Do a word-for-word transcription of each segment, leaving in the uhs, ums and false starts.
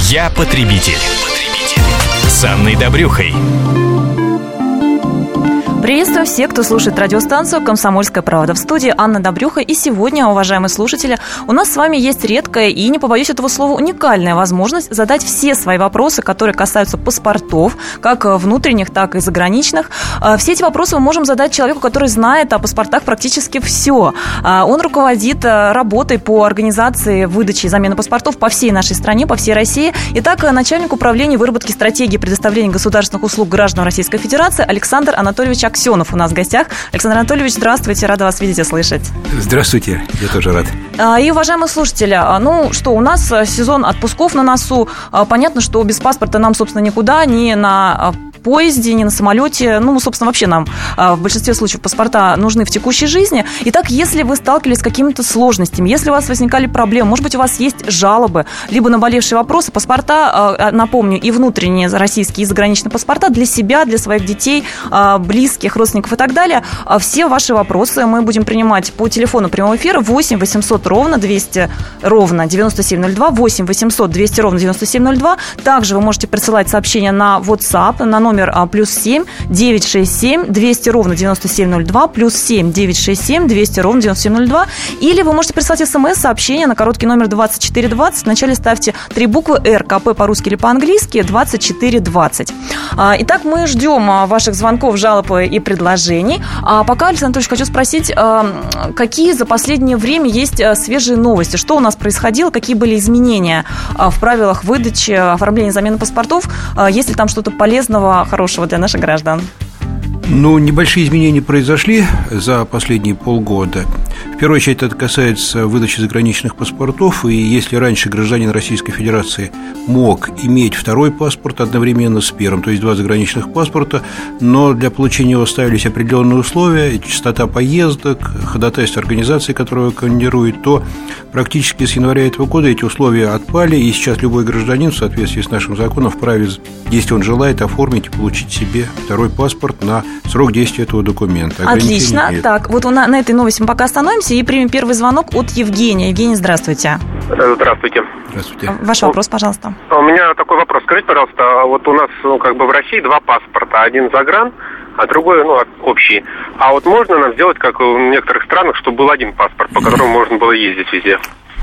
Я потребитель. потребитель. С Анной Добрюхой. Приветствую всех, кто слушает радиостанцию «Комсомольская правда». В студии Анна Добрюха. И сегодня, уважаемые слушатели, у нас с вами есть редкая и, не побоюсь этого слова, уникальная возможность задать все свои вопросы, которые касаются паспортов, как внутренних, так и заграничных. Все эти вопросы мы можем задать человеку, который знает о паспортах практически все. Он руководит работой по организации выдачи и замены паспортов по всей нашей стране, по всей России. Итак, начальник управления выработки стратегии предоставления государственных услуг гражданам Российской Федерации Александр Анатольевич Аксенов у нас в гостях. Александр Анатольевич, здравствуйте, рада вас видеть и слышать. Здравствуйте, я тоже рад. И, уважаемые слушатели, ну что, у нас сезон отпусков на носу. Понятно, что без паспорта нам, собственно, никуда, ни на поезде, ни на самолете. Ну, собственно, вообще нам в большинстве случаев паспорта нужны в текущей жизни. Итак, если вы сталкивались с какими-то сложностями, если у вас возникали проблемы, может быть, у вас есть жалобы, либо наболевшие вопросы, паспорта, напомню, и внутренние российские, и заграничные паспорта для себя, для своих детей, близких, родственников и так далее. Все ваши вопросы мы будем принимать по телефону прямого эфира восемь восемьсот ровно двести ровно девяносто семь ноль два, восемь восемьсот двести ровно девяносто семь ноль два. Также вы можете присылать сообщения на WhatsApp на номер плюс семь девятьсот шестьдесят семь двести ровно девяносто семь ноль два, плюс семь девятьсот шестьдесят семь двести ровно девяносто семь ноль два. Или вы можете прислать смс-сообщение на короткий номер двадцать четыре двадцать. Вначале ставьте три буквы эр, ка пэ по-русски или по-английски, двадцать четыре двадцать. Итак, мы ждем ваших звонков, жалоб и предложений. А пока, Александр Анатольевич, хочу спросить, какие за последнее время есть свежие новости? Что у нас происходило? Какие были изменения в правилах выдачи, оформления, замены паспортов? Есть ли там что-то полезного, хорошего для наших граждан? Ну, небольшие изменения произошли за последние полгода. В первую очередь, это касается выдачи заграничных паспортов. И если раньше гражданин Российской Федерации мог иметь второй паспорт одновременно с первым, то есть два заграничных паспорта, но для получения его ставились определенные условия, частота поездок, ходатайство организации, которая командирует, то практически с января этого года эти условия отпали. И сейчас любой гражданин в соответствии с нашим законом вправе, если он желает, оформить и получить себе второй паспорт на срок действия этого документа. Отлично. Нет. Так, вот на, на этой новости мы пока остановимся и примем первый звонок от Евгения. Евгений, здравствуйте. Здравствуйте. Здравствуйте. Ваш вопрос, пожалуйста. У меня такой вопрос. Скажите, пожалуйста, вот у нас, ну, как бы в России два паспорта. Один загран, а другой, ну, общий. А вот можно нам сделать, как в некоторых странах, чтобы был один паспорт, по которому можно было ездить везде?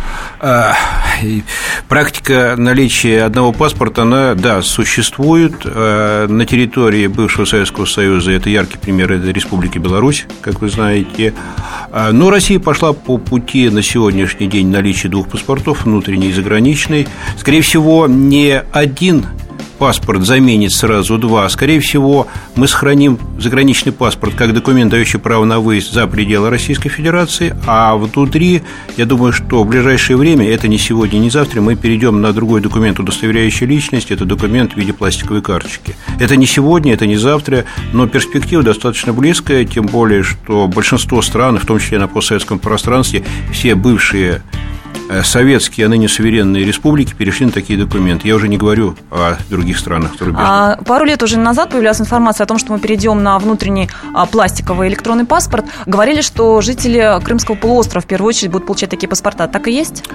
Практика наличия одного паспорта, она, да, существует. На территории бывшего Советского Союза это яркий пример, это Республики Беларусь, как вы знаете. Но Россия пошла по пути на сегодняшний день наличия двух паспортов, внутренний и заграничный. Скорее всего, не один паспорт заменит сразу два. Скорее всего, мы сохраним заграничный паспорт как документ, дающий право на выезд за пределы Российской Федерации, а внутри, я думаю, что в ближайшее время, это не сегодня, не завтра, мы перейдем на другой документ, удостоверяющий личность, это документ в виде пластиковой карточки. Это не сегодня, это не завтра, но перспектива достаточно близкая, тем более, что большинство стран, в том числе на постсоветском пространстве, все бывшие советские, а ныне суверенные республики перешли на такие документы. Я уже не говорю о других странах. А, пару лет уже назад появлялась информация о том, что мы перейдем на внутренний а, пластиковый электронный паспорт. Говорили, что жители Крымского полуострова в первую очередь будут получать такие паспорта. Так и есть?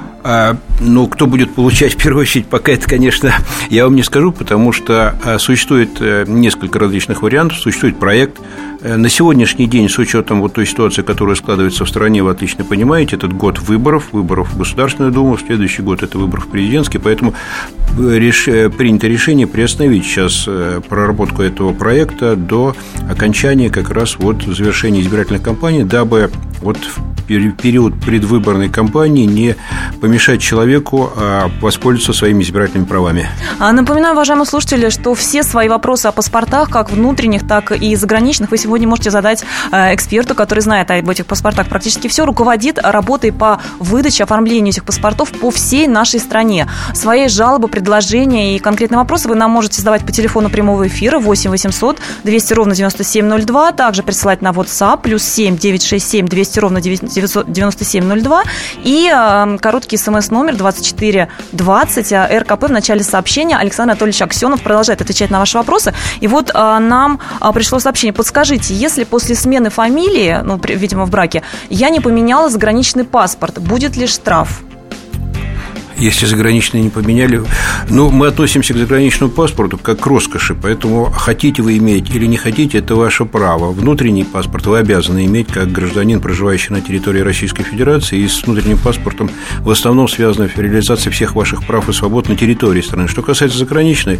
А, ну, кто будет получать в первую очередь, пока это, конечно, я вам не скажу, потому что существует несколько различных вариантов, существует проект. На сегодняшний день, с учетом вот той ситуации, которая складывается в стране, вы отлично понимаете, этот год выборов, выборов в Государственную Думу, в следующий год это выборы президентские, поэтому реш... принято решение приостановить сейчас проработку этого проекта до окончания как раз вот завершения избирательной кампании, дабы вот в период предвыборной кампании не помешать человеку воспользоваться своими избирательными правами. Напоминаю, уважаемые слушатели, что все свои вопросы о паспортах, как внутренних, так и заграничных, вы сегодня можете задать эксперту, который знает об этих паспортах практически все, руководит работой по выдаче, оформлению этих паспортов по всей нашей стране. Свои жалобы, предложения и конкретные вопросы вы нам можете задавать по телефону прямого эфира восемь восемьсот двести ровно девяносто семь ноль два, также присылать на WhatsApp плюс семь девятьсот шестьдесят семь двести ровно девяносто семь ноль два и э, короткий смс-номер двадцать четыре двадцать, эр ка пэ в начале сообщения. Александр Анатольевич Аксенов продолжает отвечать на ваши вопросы. И вот э, нам э, пришло сообщение. Подскажите, если после смены фамилии, ну, видимо, в браке, я не поменяла заграничный паспорт, будет ли штраф? Если заграничный не поменяли... Ну, мы относимся к заграничному паспорту как к роскоши, поэтому хотите вы иметь или не хотите, это ваше право. Внутренний паспорт вы обязаны иметь как гражданин, проживающий на территории Российской Федерации, и с внутренним паспортом в основном связана реализация всех ваших прав и свобод на территории страны. Что касается заграничной,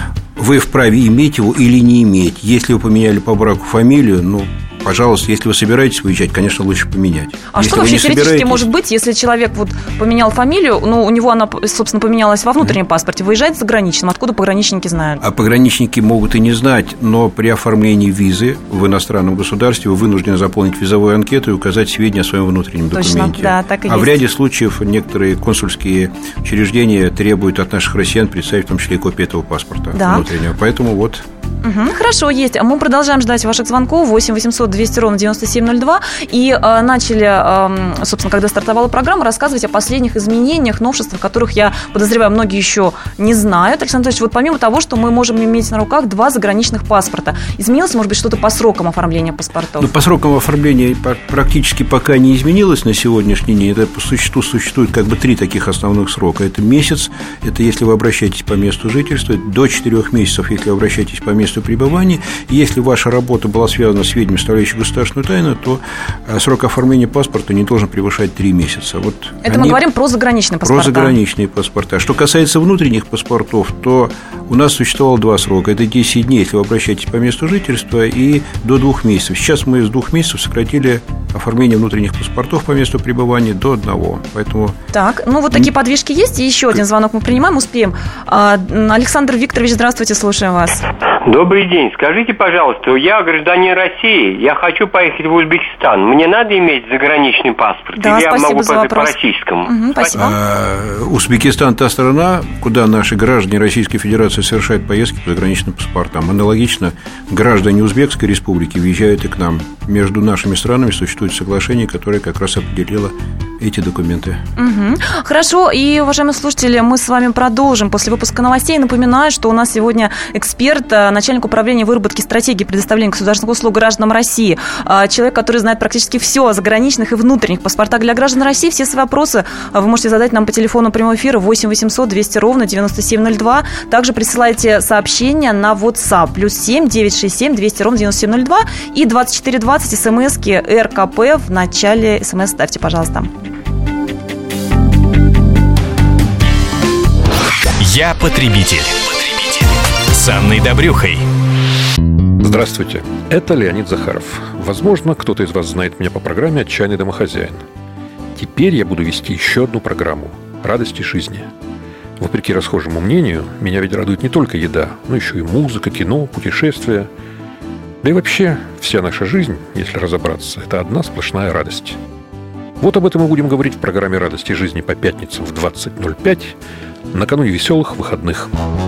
вы вправе иметь его или не иметь. Если вы поменяли по браку фамилию, ну, пожалуйста, если вы собираетесь выезжать, конечно, лучше поменять. А если что вообще теоретически собираетесь... может быть, если человек вот поменял фамилию, ну, у него она, собственно, поменялась во внутреннем паспорте, выезжает заграничным, откуда пограничники знают? А пограничники могут и не знать, но при оформлении визы в иностранном государстве вы вынуждены заполнить визовую анкету и указать сведения о своем внутреннем Точно, документе. да, так и а есть. в ряде случаев некоторые консульские учреждения требуют от наших россиян представить в том числе и копию этого паспорта да. внутреннего. Поэтому вот... Угу, хорошо, есть. Мы продолжаем ждать ваших звонков. восемь восемьсот двести ровно девяносто семь ноль два. И э, начали, э, собственно, когда стартовала программа, рассказывать о последних изменениях, новшествах, которых, я подозреваю, многие еще не знают. Александр Анатольевич, вот помимо того, что мы можем иметь на руках два заграничных паспорта, изменилось, может быть, что-то по срокам оформления паспортов? Ну, по срокам оформления практически пока не изменилось на сегодняшний день. Это по существу существует как бы три таких основных срока. Это месяц, это если вы обращаетесь по месту жительства, до четырех месяцев, если вы обращаетесь по месту пребывания. Если ваша работа была связана с сведениями, составляющими государственную тайну, то срок оформления паспорта не должен превышать три месяца. Вот это мы говорим про заграничные паспорта. Про заграничные паспорта. Что касается внутренних паспортов, то у нас существовало два срока. Это десять дней, если вы обращаетесь по месту жительства, и до двух месяцев. Сейчас мы из двух месяцев сократили оформление внутренних паспортов по месту пребывания до одного. Поэтому... Так, ну вот такие подвижки есть. И еще один звонок мы принимаем, успеем. Александр Викторович, здравствуйте, слушаем вас. Добрый день. Скажите, пожалуйста, я гражданин России, я хочу поехать в Узбекистан. Мне надо иметь заграничный паспорт? Да, или я могу за поехать вопрос. по российскому? Угу, спасибо. А, Узбекистан – та страна, куда наши граждане Российской Федерации совершают поездки по заграничным паспортам. Аналогично граждане Узбекской республики въезжают и к нам. Между нашими странами существует соглашение, которое как раз определило эти документы. Угу. Хорошо, и, уважаемые слушатели, мы с вами продолжим после выпуска новостей. Напоминаю, что у нас сегодня эксперт, начальник управления выработки стратегии предоставления государственных услуг гражданам России, человек, который знает практически все о заграничных и внутренних паспортах для граждан России. Все свои вопросы вы можете задать нам по телефону прямого эфира восемь восемьсот двести ровно девяносто семь ноль два. Также присылайте сообщения на WhatsApp плюс семь девятьсот шестьдесят семь двести ровно девяносто семь ноль два и двадцать четыре двадцать смски РКП в начале смс ставьте, пожалуйста. Я потребитель. потребитель. С Анной Добрюхой. Здравствуйте, это Леонид Захаров. Возможно, кто-то из вас знает меня по программе «Отчаянный домохозяин». Теперь я буду вести еще одну программу «Радости жизни». Вопреки расхожему мнению, меня ведь радует не только еда, но еще и музыка, кино, путешествия. Да и вообще, вся наша жизнь, если разобраться, это одна сплошная радость. Вот об этом мы будем говорить в программе «Радости жизни» по пятницам в двадцать ноль пять, накануне веселых выходных.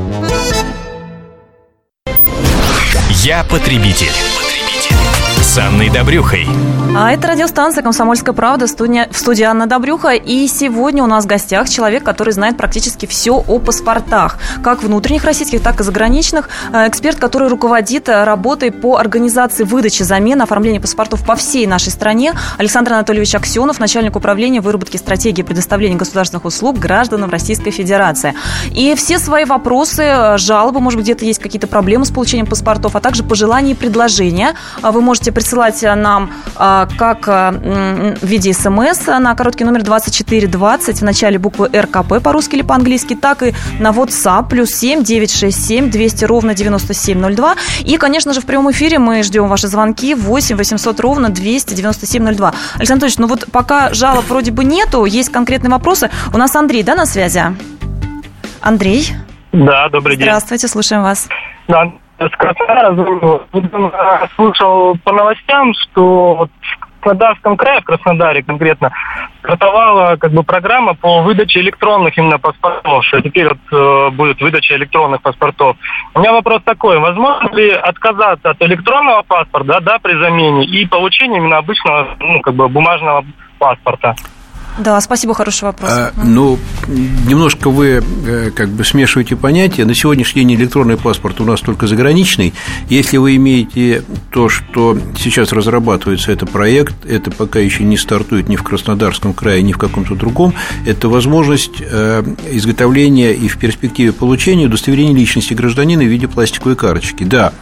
Я потребитель. потребитель. С Анной Добрюхой. А это радиостанция «Комсомольская правда», в студии Анна Добрюха. И сегодня у нас в гостях человек, который знает практически все о паспортах, как внутренних российских, так и заграничных. Эксперт, который руководит работой по организации выдачи, замены, оформления паспортов по всей нашей стране. Александр Анатольевич Аксенов, начальник управления выработки стратегии предоставления государственных услуг гражданам Российской Федерации. И все свои вопросы, жалобы, может быть, где-то есть какие-то проблемы с получением паспортов, а также пожелания и предложения вы можете присылать нам как в виде смс на короткий номер двадцать четыре двадцать в начале буквы РКП по-русски или по-английски, так и на WhatsApp плюс семь девятьсот шестьдесят семь двести ровно девяносто семь ноль два. И, конечно же, в прямом эфире мы ждем ваши звонки восемь восемьсот ровно двести девяносто семь ноль два. Александр Анатольевич, ну вот пока жалоб вроде бы нету, есть конкретные вопросы. У нас Андрей, да, на связи? Андрей? Да, добрый день. Здравствуйте, слушаем вас. Да, с Краснодара слушал по новостям, что вот в Краснодарском крае, в Краснодаре конкретно, стартовала как бы программа по выдаче электронных именно паспортов, что теперь вот э, будет выдача электронных паспортов. У меня вопрос такой: возможно ли отказаться от электронного паспорта, да, да, при замене, и получения именно обычного, ну, как бы бумажного паспорта? Да, спасибо, хороший вопрос. А, ну, немножко вы как бы смешиваете понятия. На сегодняшний день электронный паспорт у нас только заграничный. Если вы имеете то, что сейчас разрабатывается, это проект, это пока еще не стартует ни в Краснодарском крае, ни в каком-то другом, это возможность изготовления и в перспективе получения удостоверения личности гражданина в виде пластиковой карточки. Да,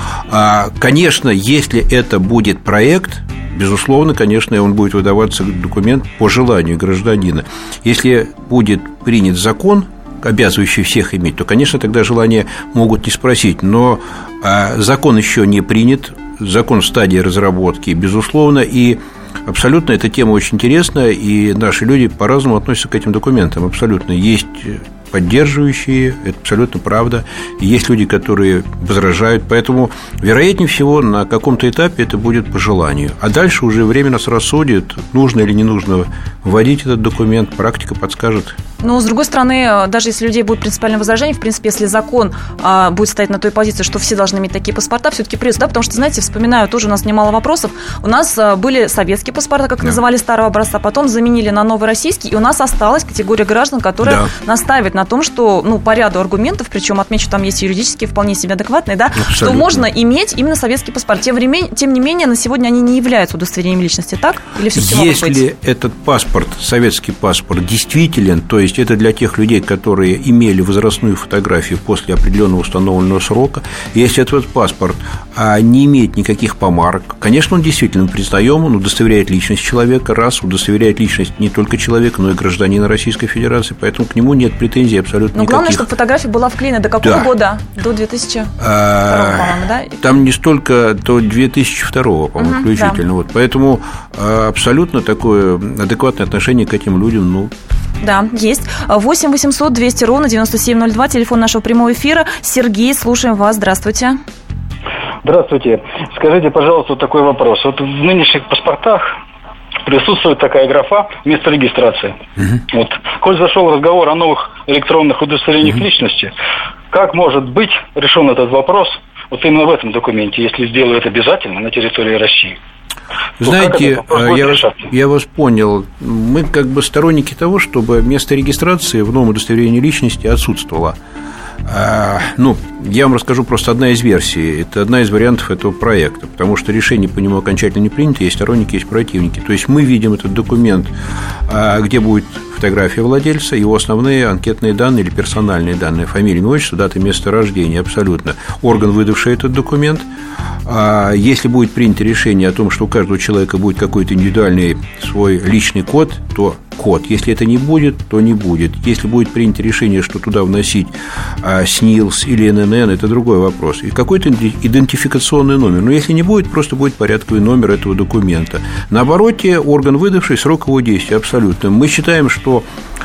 конечно, если это будет проект, безусловно, конечно, он будет выдаваться документ по желанию гражданина. Если будет принят закон, обязывающий всех иметь, то, конечно, тогда желания могут не спросить. Но закон еще не принят, закон в стадии разработки, безусловно, и абсолютно эта тема очень интересная, и наши люди по-разному относятся к этим документам. Абсолютно есть поддерживающие, это абсолютно правда. Есть люди, которые возражают, поэтому, вероятнее всего, на каком-то этапе это будет по желанию. А дальше уже время нас рассудит, нужно или не нужно вводить этот документ, практика подскажет. Но, с другой стороны, даже если у людей будет принципиальное возражение, в принципе, если закон а, будет стоять на той позиции, что все должны иметь такие паспорта, все-таки придется, да, потому что, знаете, вспоминаю, тоже у нас немало вопросов. У нас а, были советские паспорта, как да. называли, старого образца, потом заменили на новый российский, и у нас осталась категория граждан, которая да. настаивает на том, что, ну, по ряду аргументов, причем отмечу, там есть юридические, вполне себе адекватные, да, абсолютно. Что можно иметь именно советский паспорт. Тем, времени, тем не менее, на сегодня они не являются удостоверением личности, так? Или все-таки могут быть? Если этот паспорт, советский паспорт, действителен, то есть это для тех людей, которые имели возрастную фотографию после определенного установленного срока, если этот паспорт а, не имеет никаких помарок, конечно, он действительно признаем, он удостоверяет личность человека, раз, удостоверяет личность не только человека, но и гражданина Российской Федерации, поэтому к нему нет претензий абсолютно но никаких. Но главное, чтобы фотография была вклеена до какого да. года? До две тысячи второго, по-моему, да? Там не столько до две тысячи второго, по-моему, угу, включительно. Да. Вот, поэтому абсолютно такое адекватное отношение к этим людям, ну... Да, есть. восемь восемьсот двести ровно девяносто семь ноль два, телефон нашего прямого эфира. Сергей, слушаем вас. Здравствуйте. Здравствуйте. Скажите, пожалуйста, вот такой вопрос. Вот в нынешних паспортах присутствует такая графа «место регистрации». Uh-huh. Вот. Коль зашел разговор о новых электронных удостоверениях uh-huh. личности, как может быть решен этот вопрос вот именно в этом документе, если сделают обязательно на территории России? Знаете, я вас, я вас понял. Мы как бы сторонники того, чтобы место регистрации в новом удостоверении личности отсутствовало. Ну, я вам расскажу просто одна из версий. Это одна из вариантов этого проекта, потому что решение по нему окончательно не принято. Есть сторонники, есть противники. То есть мы видим этот документ, где будет фотография владельца, его основные анкетные данные или персональные данные, фамилия, имя, отчество, дата, место рождения, абсолютно. Орган, выдавший этот документ. Если будет принято решение о том, что у каждого человека будет какой-то индивидуальный свой личный код, то код. Если это не будет, то не будет. Если будет принято решение, что туда вносить СНИЛС или эн эн эн, это другой вопрос. И какой-то идентификационный номер. Но если не будет, просто будет порядковый номер этого документа. На обороте орган, выдавший, срок его действия абсолютно. Мы считаем, что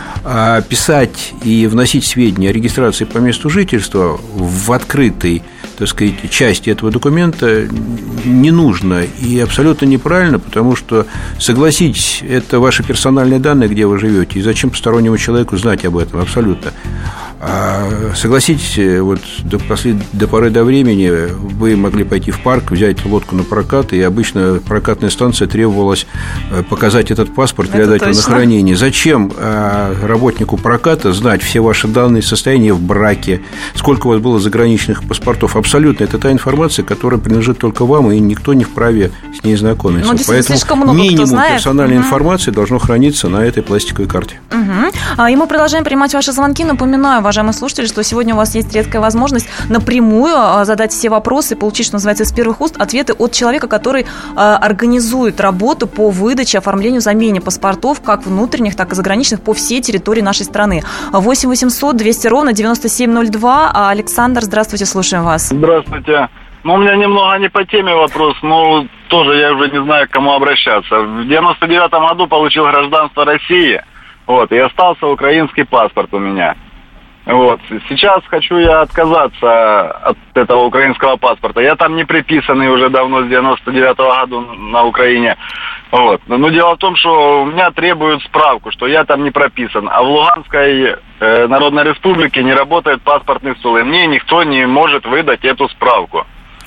писать и вносить сведения о регистрации по месту жительства в открытой, так сказать, части этого документа не нужно и абсолютно неправильно, потому что, согласитесь, это ваши персональные данные, где вы живете, и зачем постороннему человеку знать об этом, абсолютно. Согласитесь, вот до, послед... до поры до времени вы могли пойти в парк, взять лодку на прокат, и обычно прокатная станция требовалась показать этот паспорт и отдать его на хранение. Зачем работнику проката знать все ваши данные, состояние в браке, сколько у вас было заграничных паспортов? Абсолютно, это та информация, которая принадлежит только вам, и никто не вправе с ней знакомиться. Ну, поэтому минимум персональной угу. информации должно храниться на этой пластиковой карте. Угу. И мы продолжаем принимать ваши звонки. Напоминаю, уважаемые слушатели, что сегодня у вас есть редкая возможность напрямую задать все вопросы и получить, что называется, из первых уст ответы от человека, который организует работу по выдаче, оформлению, замене паспортов, как внутренних, так и заграничных, по всей территории нашей страны. восемь восемьсот двести ровно девяносто семь ноль два. Александр, здравствуйте, слушаем вас. Здравствуйте. Ну, у меня немного не по теме вопрос, но тоже я уже не знаю, к кому обращаться. В девяносто девятом году получил гражданство России, вот, и остался украинский паспорт у меня. Вот. Сейчас хочу я отказаться от этого украинского паспорта. Я там не приписанный уже давно, с девяносто девятого года на Украине. Вот. Но дело в том, что у меня требуют справку, что я там не прописан. А в Луганской э, Народной Республике не работает паспортный стол. И мне никто не может выдать эту справку,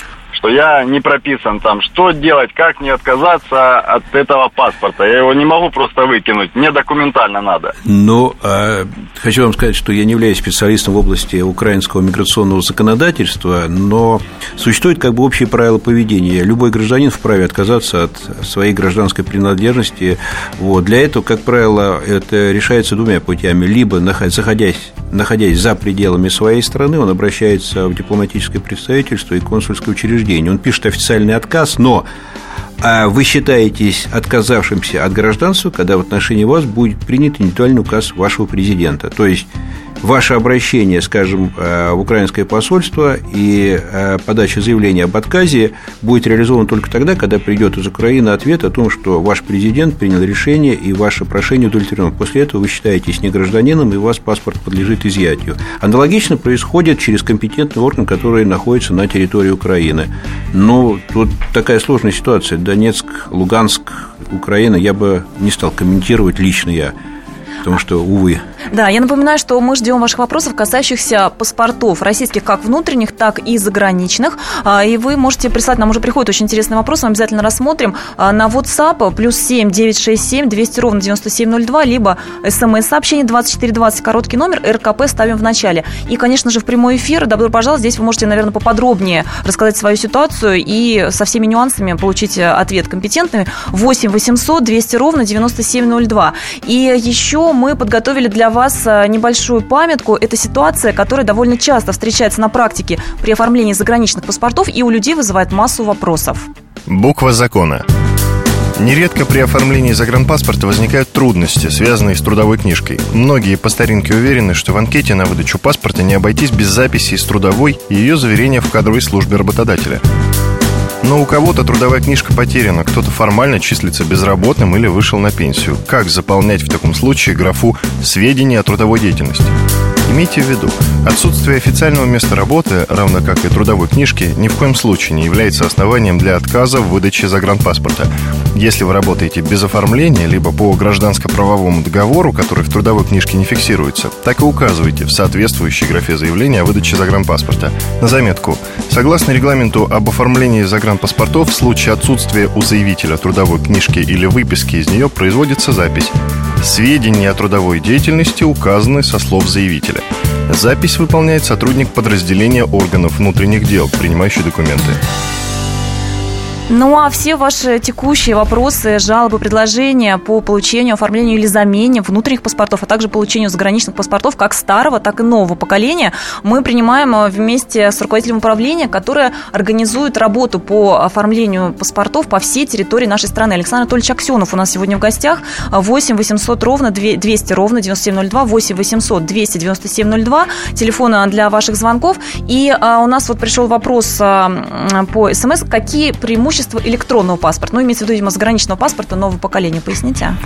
что я не прописан там. Что делать, как мне отказаться от этого паспорта? Я его не могу просто выкинуть, мне документально надо. Ну, э, хочу вам сказать, что я не являюсь специалистом в области украинского миграционного законодательства, но существует как бы общее правило поведения. Любой гражданин вправе отказаться от своей гражданской принадлежности. Вот. Для этого, как правило, это решается двумя путями. Либо, находясь, находясь за пределами своей страны, он обращается в дипломатическое представительство и консульское учреждение. Он пишет официальный отказ, но вы считаетесь отказавшимся от гражданства, когда в отношении вас будет принят индивидуальный указ вашего президента. То есть ваше обращение, скажем, в украинское посольство и подача заявления об отказе будет реализована только тогда, когда придет из Украины ответ о том, что ваш президент принял решение и ваше прошение удовлетворено. После этого вы считаетесь не гражданином, и у вас паспорт подлежит изъятию. Аналогично происходит через компетентный орган, который находится на территории Украины. Но тут такая сложная ситуация. Донецк, Луганск, Украина, я бы не стал комментировать лично я. Потому что, увы. Да, я напоминаю, что мы ждем ваших вопросов, касающихся паспортов российских, как внутренних, так и заграничных. И вы можете прислать, нам уже приходит очень интересный вопрос, мы обязательно рассмотрим. На WhatsApp плюс семь девятьсот шестьдесят семь двести ровно девяносто семь ноль два, либо смс-сообщение двадцать четыре двадцать, короткий номер, РКП ставим в начале. И, конечно же, в прямой эфир, добро пожаловать, здесь вы можете, наверное, поподробнее рассказать свою ситуацию и со всеми нюансами получить ответ компетентный. восемь восемьсот двести ровно девяносто семь ноль два. И еще мы подготовили для вас небольшую памятку. Это ситуация, которая довольно часто встречается на практике при оформлении заграничных паспортов и у людей вызывает массу вопросов. Буква закона. Нередко при оформлении загранпаспорта возникают трудности, связанные с трудовой книжкой. Многие по старинке уверены, что в анкете на выдачу паспорта не обойтись без записи из трудовой и ее заверения в кадровой службе работодателя. Но у кого-то трудовая книжка потеряна, кто-то формально числится безработным или вышел на пенсию. Как заполнять в таком случае графу «Сведения о трудовой деятельности»? Имейте в виду, отсутствие официального места работы, равно как и трудовой книжки, ни в коем случае не является основанием для отказа в выдаче загранпаспорта. Если вы работаете без оформления, либо по гражданско-правовому договору, который в трудовой книжке не фиксируется, так и указывайте в соответствующей графе заявления о выдаче загранпаспорта. На заметку, согласно регламенту об оформлении загранпаспортов, в случае отсутствия у заявителя трудовой книжки или выписки из нее производится запись. Сведения о трудовой деятельности указаны со слов заявителя. Запись выполняет сотрудник подразделения органов внутренних дел, принимающий документы. Ну а все ваши текущие вопросы, жалобы, предложения по получению, оформлению или замене внутренних паспортов, а также получению заграничных паспортов как старого, так и нового поколения мы принимаем вместе с руководителем управления, которое организует работу по оформлению паспортов по всей территории нашей страны. Александр Анатольевич Аксенов у нас сегодня в гостях. восемь восемьсот ровно двести ровно девяносто семь ноль два, восемь восемьсот двести девяносто семь ноль два, телефон для ваших звонков. И а, у нас вот пришел вопрос а, по СМС, какие преимущества электронного паспорта, ну, имеется в виду, видимо, заграничного паспорта нового поколения. Поясните.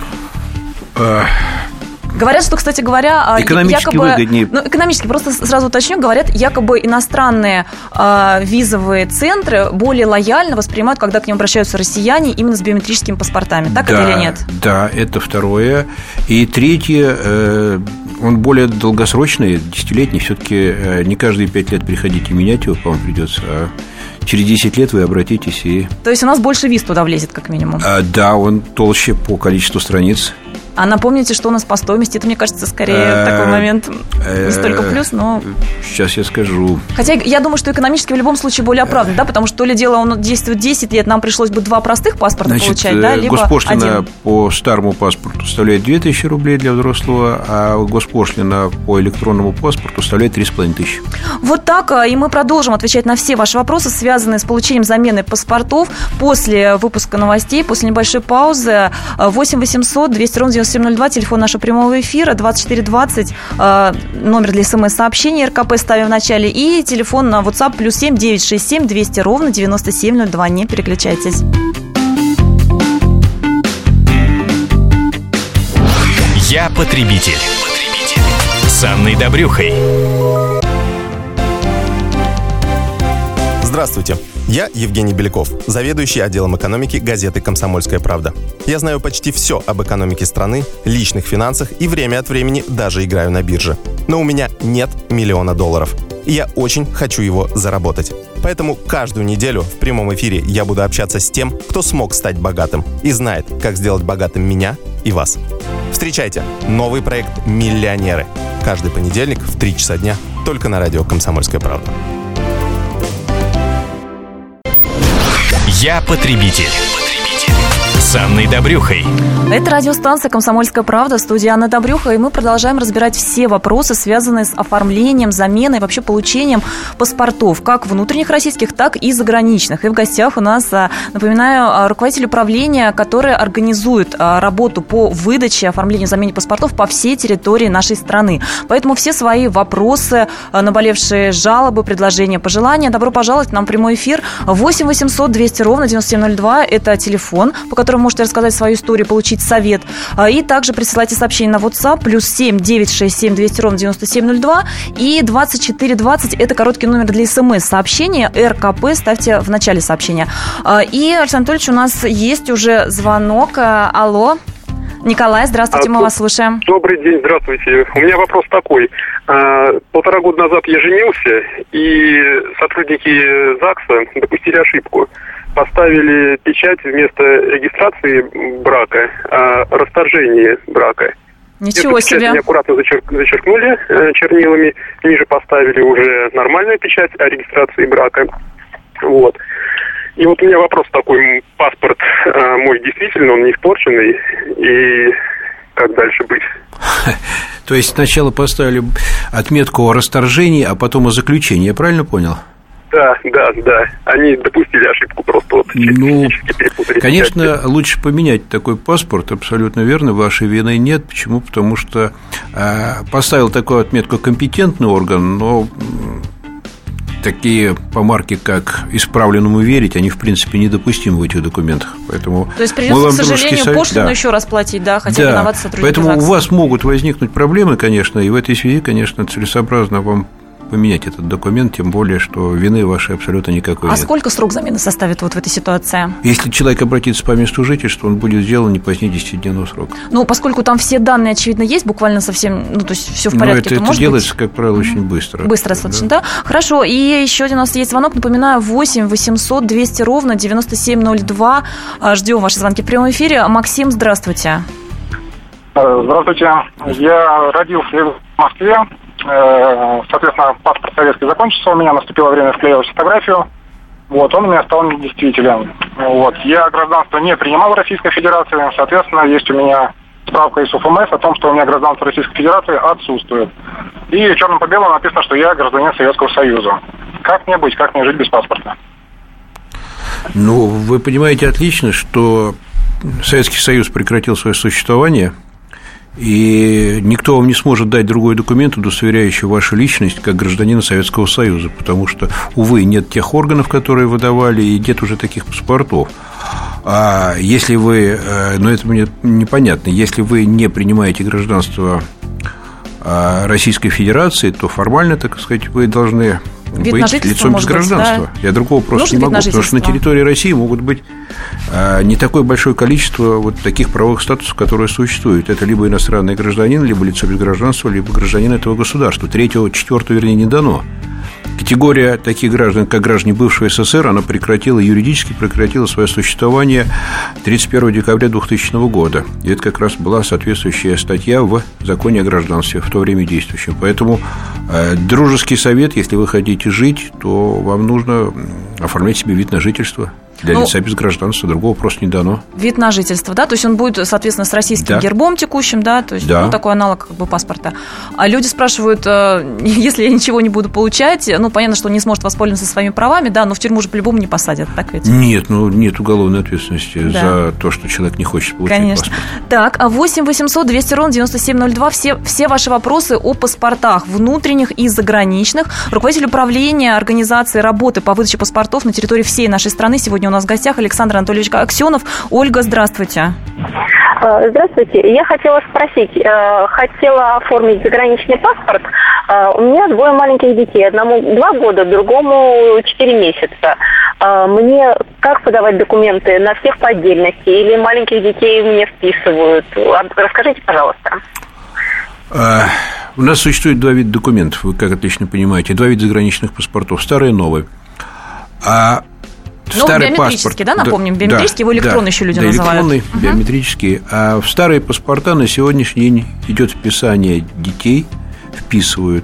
Говорят, что, кстати говоря, экономически якобы, выгоднее. Ну, экономически, просто сразу уточню, говорят, якобы иностранные э, визовые центры более лояльно воспринимают, когда к ним обращаются россияне именно с биометрическими паспортами. Так да, это или нет? Да, это второе. И третье, э, он более долгосрочный, десятилетний. Все-таки э, не каждые пять лет приходите менять его, по-моему, придется, а через десять лет вы обратитесь и... То есть у нас больше виз туда влезет, как минимум? А, да, он толще по количеству страниц. А напомните, что у нас по стоимости? Это, мне кажется, скорее такой момент не столько плюс, но... Сейчас я скажу. Хотя я думаю, что экономически в любом случае более оправдан, да, потому что то ли дело он действует десять лет, нам пришлось бы два простых паспорта Значит, получать, да, либо госпошлина один. По старому паспорту составляет две тысячи рублей для взрослого, а госпошлина по электронному паспорту составляет три с половиной тысячи. Вот так, и мы продолжим отвечать на все ваши вопросы, связанные с получением замены паспортов после выпуска новостей, после небольшой паузы. восемь восемьсот двести ровно девяносто семь ноль два, телефон нашего прямого эфира, двадцать четыре двадцать, номер для смс-сообщений, РКП ставим в начале, и телефон на WhatsApp плюс семь девятьсот шестьдесят семь двести ровно девяносто семь ноль два. Не переключайтесь. Я потребитель. Потребитель. С Анной Добрюхой. Здравствуйте. Я Евгений Беляков, заведующий отделом экономики газеты «Комсомольская правда». Я знаю почти все об экономике страны, личных финансах и время от времени даже играю на бирже. Но у меня нет миллиона долларов. и я очень хочу его заработать. Поэтому каждую неделю в прямом эфире я буду общаться с тем, кто смог стать богатым и знает, как сделать богатым меня и вас. Встречайте новый проект «Миллионеры». Каждый понедельник в три часа дня только на радио «Комсомольская правда». Я потребитель. С Анной Добрюхой. Это радиостанция «Комсомольская правда», в студии Анна Добрюха, и мы продолжаем разбирать все вопросы, связанные с оформлением, заменой, вообще получением паспортов, как внутренних российских, так и заграничных. И в гостях у нас, напоминаю, руководитель управления, который организует работу по выдаче, оформлению, замене паспортов по всей территории нашей страны. Поэтому все свои вопросы, наболевшие жалобы, предложения, пожелания, добро пожаловать к нам в прямой эфир. восемь восемьсот двести ровно девяносто семь ноль два – это телефон, по которому можете рассказать свою историю, получить совет. И также присылайте сообщение на WhatsApp плюс семь девятьсот шестьдесят семь двести ровно девяносто семь ноль два и двадцать четыре двадцать – это короткий номер для смс-сообщения. РКП ставьте в начале сообщения. И, Александр Анатольевич, у нас есть уже звонок. Алло. Николай, здравствуйте, а, мы вас слушаем. Добрый день, здравствуйте. У меня вопрос такой. А, полтора года назад я женился, и сотрудники ЗАГСа допустили ошибку. Поставили печать вместо регистрации брака, а расторжение брака. Ничего Эту себе. Печать неаккуратно зачерк, зачеркнули э, чернилами, ниже поставили уже нормальную печать о регистрации брака. Вот. И вот у меня вопрос такой, паспорт э, мой действительно, он не испорченный, и как дальше быть? То есть сначала поставили отметку о расторжении, а потом о заключении, я правильно понял? Да, да, да. Они допустили ошибку просто. Вот, ну, конечно, лучше поменять такой паспорт, абсолютно верно, вашей вины нет. Почему? Потому что э, поставил такую отметку компетентный орган, но такие помарки, как «исправленному верить», они, в принципе, недопустимы в этих документах. Поэтому то есть придется, к сожалению, совет... пошлину да. еще раз платить, да, хотя да. виноваты сотрудники Поэтому ЗАГСа. У вас могут возникнуть проблемы, конечно, и в этой связи, конечно, целесообразно вам поменять этот документ, тем более, что вины вашей абсолютно никакой а нет. А сколько срок замены составит вот в этой ситуации? Если человек обратится по месту жительства, он будет сделан не позднее десятидневного срока. Ну, поскольку там все данные, очевидно, есть, буквально совсем, ну, то есть все в порядке, Но это, то это делается, быть... как правило, очень быстро. Быстро достаточно, да? да? Хорошо, и еще один у нас есть звонок, напоминаю, восемь восемьсот двести ровно девяносто семь ноль два. Ждем ваши звонки в прямом эфире. Максим, здравствуйте. Здравствуйте. Я родился в Москве. Соответственно, паспорт советский закончился у меня, наступило время вклеивать фотографию. Вот, он у меня стал недействителен. Вот. Я гражданство не принимал в Российской Федерации, соответственно, есть у меня справка из УФМС о том, что у меня гражданство Российской Федерации отсутствует. И черным по белому написано, что я гражданин Советского Союза. Как мне быть, как мне жить без паспорта? Ну, вы понимаете отлично, что Советский Союз прекратил свое существование, и никто вам не сможет дать другой документ, удостоверяющий вашу личность как гражданина Советского Союза, потому что, увы, нет тех органов, которые выдавали, и нет уже таких паспортов. А если вы, ну это мне непонятно, если вы не принимаете гражданство Российской Федерации, то формально, так сказать, вы должны вид быть лицом без гражданства. Быть, да? Я другого просто Нужен не могу, потому что на территории России могут быть а, не такое большое количество вот таких правовых статусов, которые существуют. Это либо иностранный гражданин, либо лицо без гражданства, либо гражданин этого государства. Третьего, четвертого, вернее, не дано. Категория таких граждан, как граждане бывшего СССР, она прекратила, юридически прекратила свое существование тридцать первого декабря двухтысячного года. И это как раз была соответствующая статья в законе о гражданстве, в то время действующем. Поэтому э, дружеский совет, если вы хотите жить, то вам нужно оформлять себе вид на жительство. Для ну, лица без гражданства, другого просто не дано. Вид на жительство, да? То есть он будет, соответственно, с российским да. гербом текущим, да? То есть да. ну, такой аналог как бы паспорта. А люди спрашивают, если я ничего не буду получать, ну, понятно, что он не сможет воспользоваться своими правами, да, но в тюрьму же по-любому не посадят, так ведь? Нет, ну, нет уголовной ответственности да. за то, что человек не хочет получать Конечно. паспорт. Так, а восемь восемьсот двести ровно девяносто семь ноль два, все, все ваши вопросы о паспортах внутренних и заграничных. Руководитель управления организации работы по выдаче паспортов на территории всей нашей страны сегодня у нас в гостях Александр Анатольевич Аксенов. Ольга, здравствуйте. Здравствуйте. Я хотела спросить, хотела оформить заграничный паспорт. У меня двое маленьких детей. Одному два года, другому четыре месяца. Мне как подавать документы? На всех по отдельности? Или маленьких детей мне вписывают? Расскажите, пожалуйста. У нас существует два вида документов, вы как отлично понимаете, два вида заграничных паспортов, старые и новые. А ну, старый паспорт, да, напомним, да, биометрический, его электронный да, еще люди да, называют. Электронный, угу. биометрический. А в старые паспорта на сегодняшний день идет вписание детей, вписывают.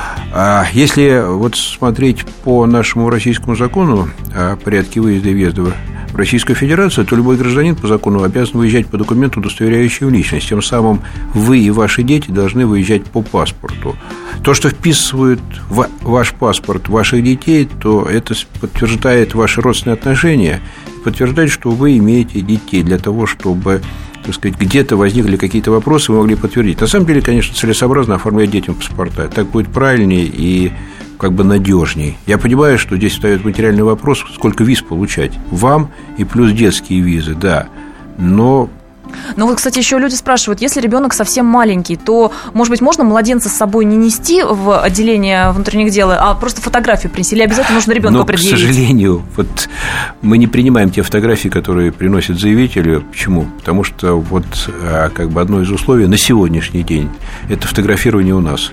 А если вот смотреть по нашему российскому закону о порядке выезда и въезда в Российскую Федерацию, то любой гражданин по закону обязан выезжать по документу, удостоверяющему личность. Тем самым вы и ваши дети должны выезжать по паспорту. То, что вписывают в ваш паспорт ваших детей, то это подтверждает ваши родственные отношения, подтверждает, что вы имеете детей для того, чтобы, так сказать, где-то возникли какие-то вопросы, вы могли подтвердить. На самом деле, конечно, целесообразно оформлять детям паспорта. Так будет правильнее и как бы надежней. Я понимаю, что здесь встает материальный вопрос, сколько виз получать вам и плюс детские визы, да. Но... Ну вот, кстати, еще люди спрашивают, если ребенок совсем маленький, то, может быть, можно младенца с собой не нести в отделение внутренних дел, а просто фотографию принести? Или обязательно нужно ребенка Но, предъявить? к сожалению, вот мы не принимаем те фотографии, которые приносят заявители. Почему? Потому что вот как бы одно из условий на сегодняшний день – это фотографирование у нас.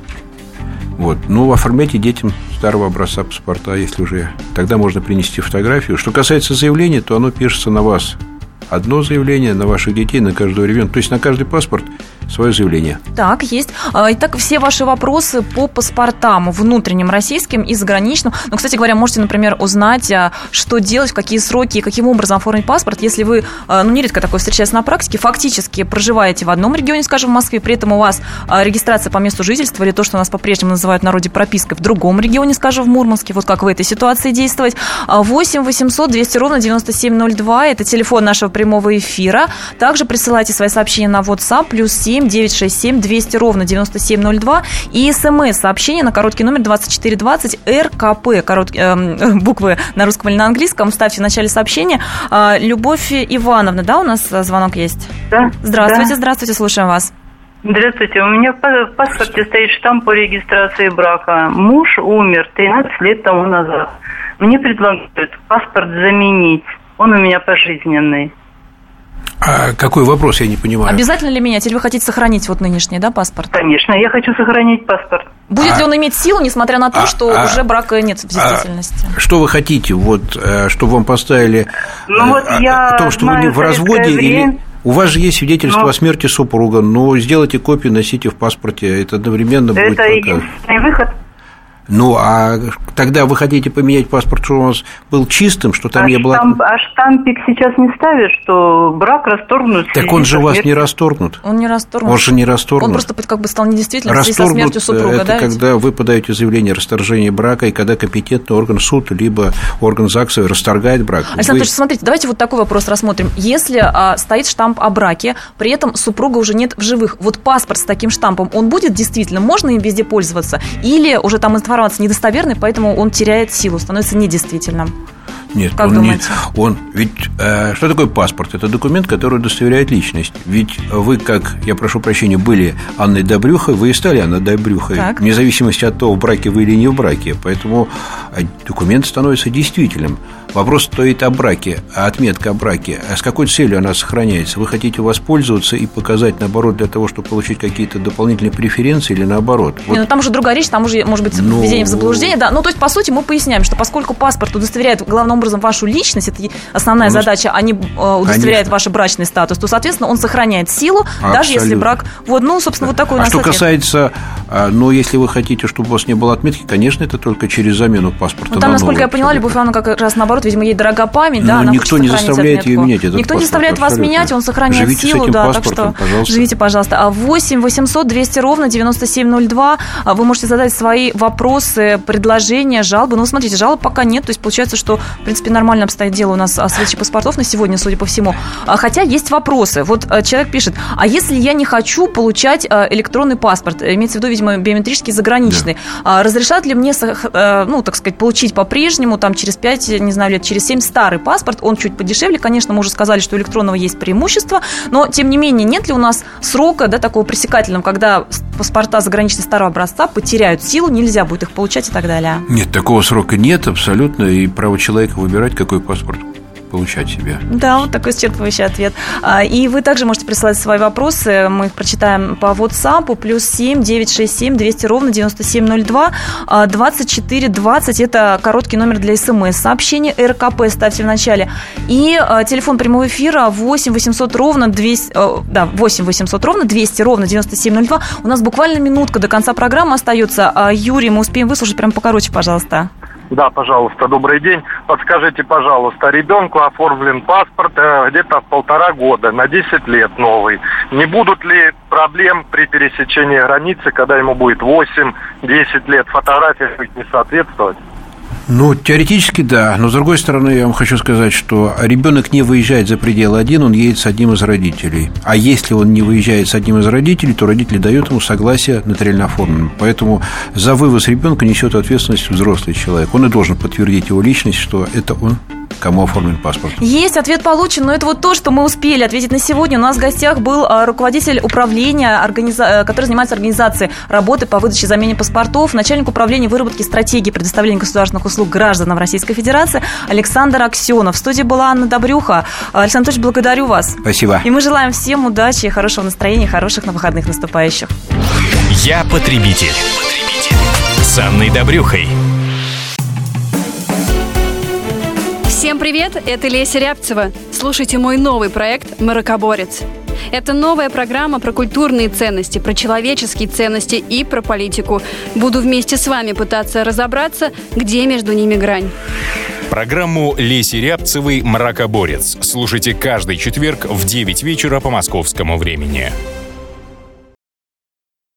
Вот. Ну, оформляйте детям старого образца паспорта, если уже. Тогда можно принести фотографию. Что касается заявления, то оно пишется на вас. Одно заявление, на ваших детей, на каждого ребенка. То есть на каждый паспорт свое заявление. Так, есть. Итак, все ваши вопросы по паспортам внутренним российским и заграничным. Ну, кстати говоря, можете, например, узнать, что делать, в какие сроки и каким образом оформить паспорт, если вы, ну, нередко такое встречается на практике, фактически проживаете в одном регионе, скажем, в Москве, при этом у вас регистрация по месту жительства или то, что у нас по-прежнему называют в народе пропиской, в другом регионе, скажем, в Мурманске. Вот как в этой ситуации действовать? восемь восемьсот двести ровно девяносто семь ноль два. Это телефон нашего прямого эфира. Также присылайте свои сообщения на WhatsApp плюс семь девятьсот шестьдесят семь двести ровно девяносто семь ноль два и смс-сообщение на короткий номер двадцать четыре двадцать эр ка пэ, короткие, э, буквы на русском или на английском, ставьте в начале сообщения. Э, Любовь Ивановна, да, у нас звонок есть? Да. Здравствуйте, да. здравствуйте, слушаем вас. Здравствуйте, у меня в паспорте стоит штамп по регистрации брака. Муж умер тринадцать лет тому назад. Мне предлагают паспорт заменить, он у меня пожизненный. А какой вопрос, я не понимаю? Обязательно ли менять, или вы хотите сохранить вот нынешний, да, паспорт? Конечно, я хочу сохранить паспорт. Будет а, ли он иметь силу, несмотря на то, а, что а, уже брака нет в действительности? А, что вы хотите, вот, чтобы вам поставили ну, вот а, я о том, что вы не в разводе время... или... У вас же есть свидетельство но... о смерти супруга, но сделайте копию, носите в паспорте, это одновременно это будет... Это единственный выход? Ну, а тогда вы хотите поменять паспорт, чтобы у вас был чистым, что там а не было... Штамп, а штампик сейчас не ставишь, что брак расторгнут? Так он же у вас не расторгнут. Он не расторгнут. Он же не расторгнут. Он просто как бы стал недействительным в связи со смертью супруга, это да? Это когда вы подаете заявление о расторжении брака, и когда компетентный орган суд, либо орган ЗАГСа расторгает брак. Александр вы... смотрите, давайте вот такой вопрос рассмотрим. Если а, стоит штамп о браке, при этом супруга уже нет в живых, вот паспорт с таким штампом, он будет действительным? Можно им везде пользоваться? Или уже там информация недостоверная, поэтому он теряет силу, становится недействительным? Нет, как он думаете? Не, он, ведь э, что такое паспорт? Это документ, который удостоверяет личность. Ведь вы, как, я прошу прощения, были Анной Добрюхой, вы и стали Анной Добрюхой, так. вне зависимости от того, в браке вы или не в браке. Поэтому документ становится действительным. Вопрос стоит о браке, а отметка о браке. А с какой целью она сохраняется? Вы хотите воспользоваться и показать, наоборот, для того, чтобы получить какие-то дополнительные преференции или наоборот? Вот. Не, ну, там уже другая речь, там уже, может быть, ну... введение в заблуждение. Да. Ну, то есть, по сути, мы поясняем, что поскольку паспорт удостоверяет главным образом вашу личность, это основная нас... задача, а не удостоверяет Конечно. ваш брачный статус, то, соответственно, он сохраняет силу, Абсолютно. даже если брак... Вот, ну, собственно, да. вот такой у нас А что ответ. касается, ну, если вы хотите, чтобы у вас не было отметки, конечно, это только через замену паспорта. Ну, там, насколько я поняла, Любовь Ивановна как раз наоборот, видимо, ей дорога память, да, она никто не заставляет ее менять этот Никто паспорт, не заставляет вас абсолютно. менять, он сохраняет живите силу, да, так что пожалуйста. живите, пожалуйста. А восемь восемьсот двести ровно девяносто семь ноль два, вы можете задать свои вопросы, предложения, жалобы. Ну, смотрите, жалоб пока нет, то есть получается, что, в принципе, нормально обстоит дело у нас с выдачей паспортов на сегодня, судя по всему. Хотя есть вопросы. Вот человек пишет, а если я не хочу получать электронный паспорт, имеется в виду, видимо, биометрический заграничный, да. разрешат ли мне, ну, так сказать, получить по-прежнему, там, через пять, не знаю, лет, через семь старый паспорт, он чуть подешевле, конечно, мы уже сказали, что у электронного есть преимущество, но, тем не менее, нет ли у нас срока, да, такого пресекательного, когда паспорта заграничные старого образца потеряют силу, нельзя будет их получать и так далее? Нет, такого срока нет абсолютно, и право человека выбирать, какой паспорт получать себя. Да, вот такой исчерпывающий ответ. И вы также можете присылать свои вопросы. Мы их прочитаем по WhatsApp. Плюс семь девятьсот шестьдесят семь двести ровно девяносто семь ноль два. двадцать четыре двадцать. Это короткий номер для смс-сообщений. РКП ставьте в начале. И телефон прямого эфира восемь восемьсот ровно двести, да, восемь восемьсот ровно двести ровно девяносто семь ноль два. У нас буквально минутка до конца программы остается. Юрий, мы успеем выслушать прямо покороче, пожалуйста. Да, пожалуйста, добрый день. Подскажите, пожалуйста, ребенку оформлен паспорт э, где-то в полтора года, на десять лет новый. Не будут ли проблем при пересечении границы, когда ему будет восемь-десять лет, фотография будет не соответствовать? Ну, теоретически да, но с другой стороны я вам хочу сказать, что ребенок не выезжает за пределы один, он едет с одним из родителей. А если он не выезжает с одним из родителей, то родители дают ему согласие нотариально оформленное. Поэтому за вывоз ребенка несет ответственность взрослый человек. Он и должен подтвердить его личность, что это он, кому оформлен паспорт. Есть, ответ получен, но это вот то, что мы успели ответить на сегодня. У нас в гостях был руководитель управления, организа... который занимается организацией работы по выдаче и замене паспортов, начальник управления выработки стратегии предоставления государственных услуг гражданам Российской Федерации Александр Аксенов. В студии была Анна Добрюха. Александр Анатольевич, благодарю вас. Спасибо. И мы желаем всем удачи, хорошего настроения, хороших на выходных наступающих. Я потребитель. потребитель. С Анной Добрюхой. Всем привет, это Леся Рябцева. Слушайте мой новый проект «Маракоборец». Это новая программа про культурные ценности, про человеческие ценности и про политику. Буду вместе с вами пытаться разобраться, где между ними грань. Программу Леси Рябцевой «Маракоборец» слушайте каждый четверг в девять вечера по московскому времени.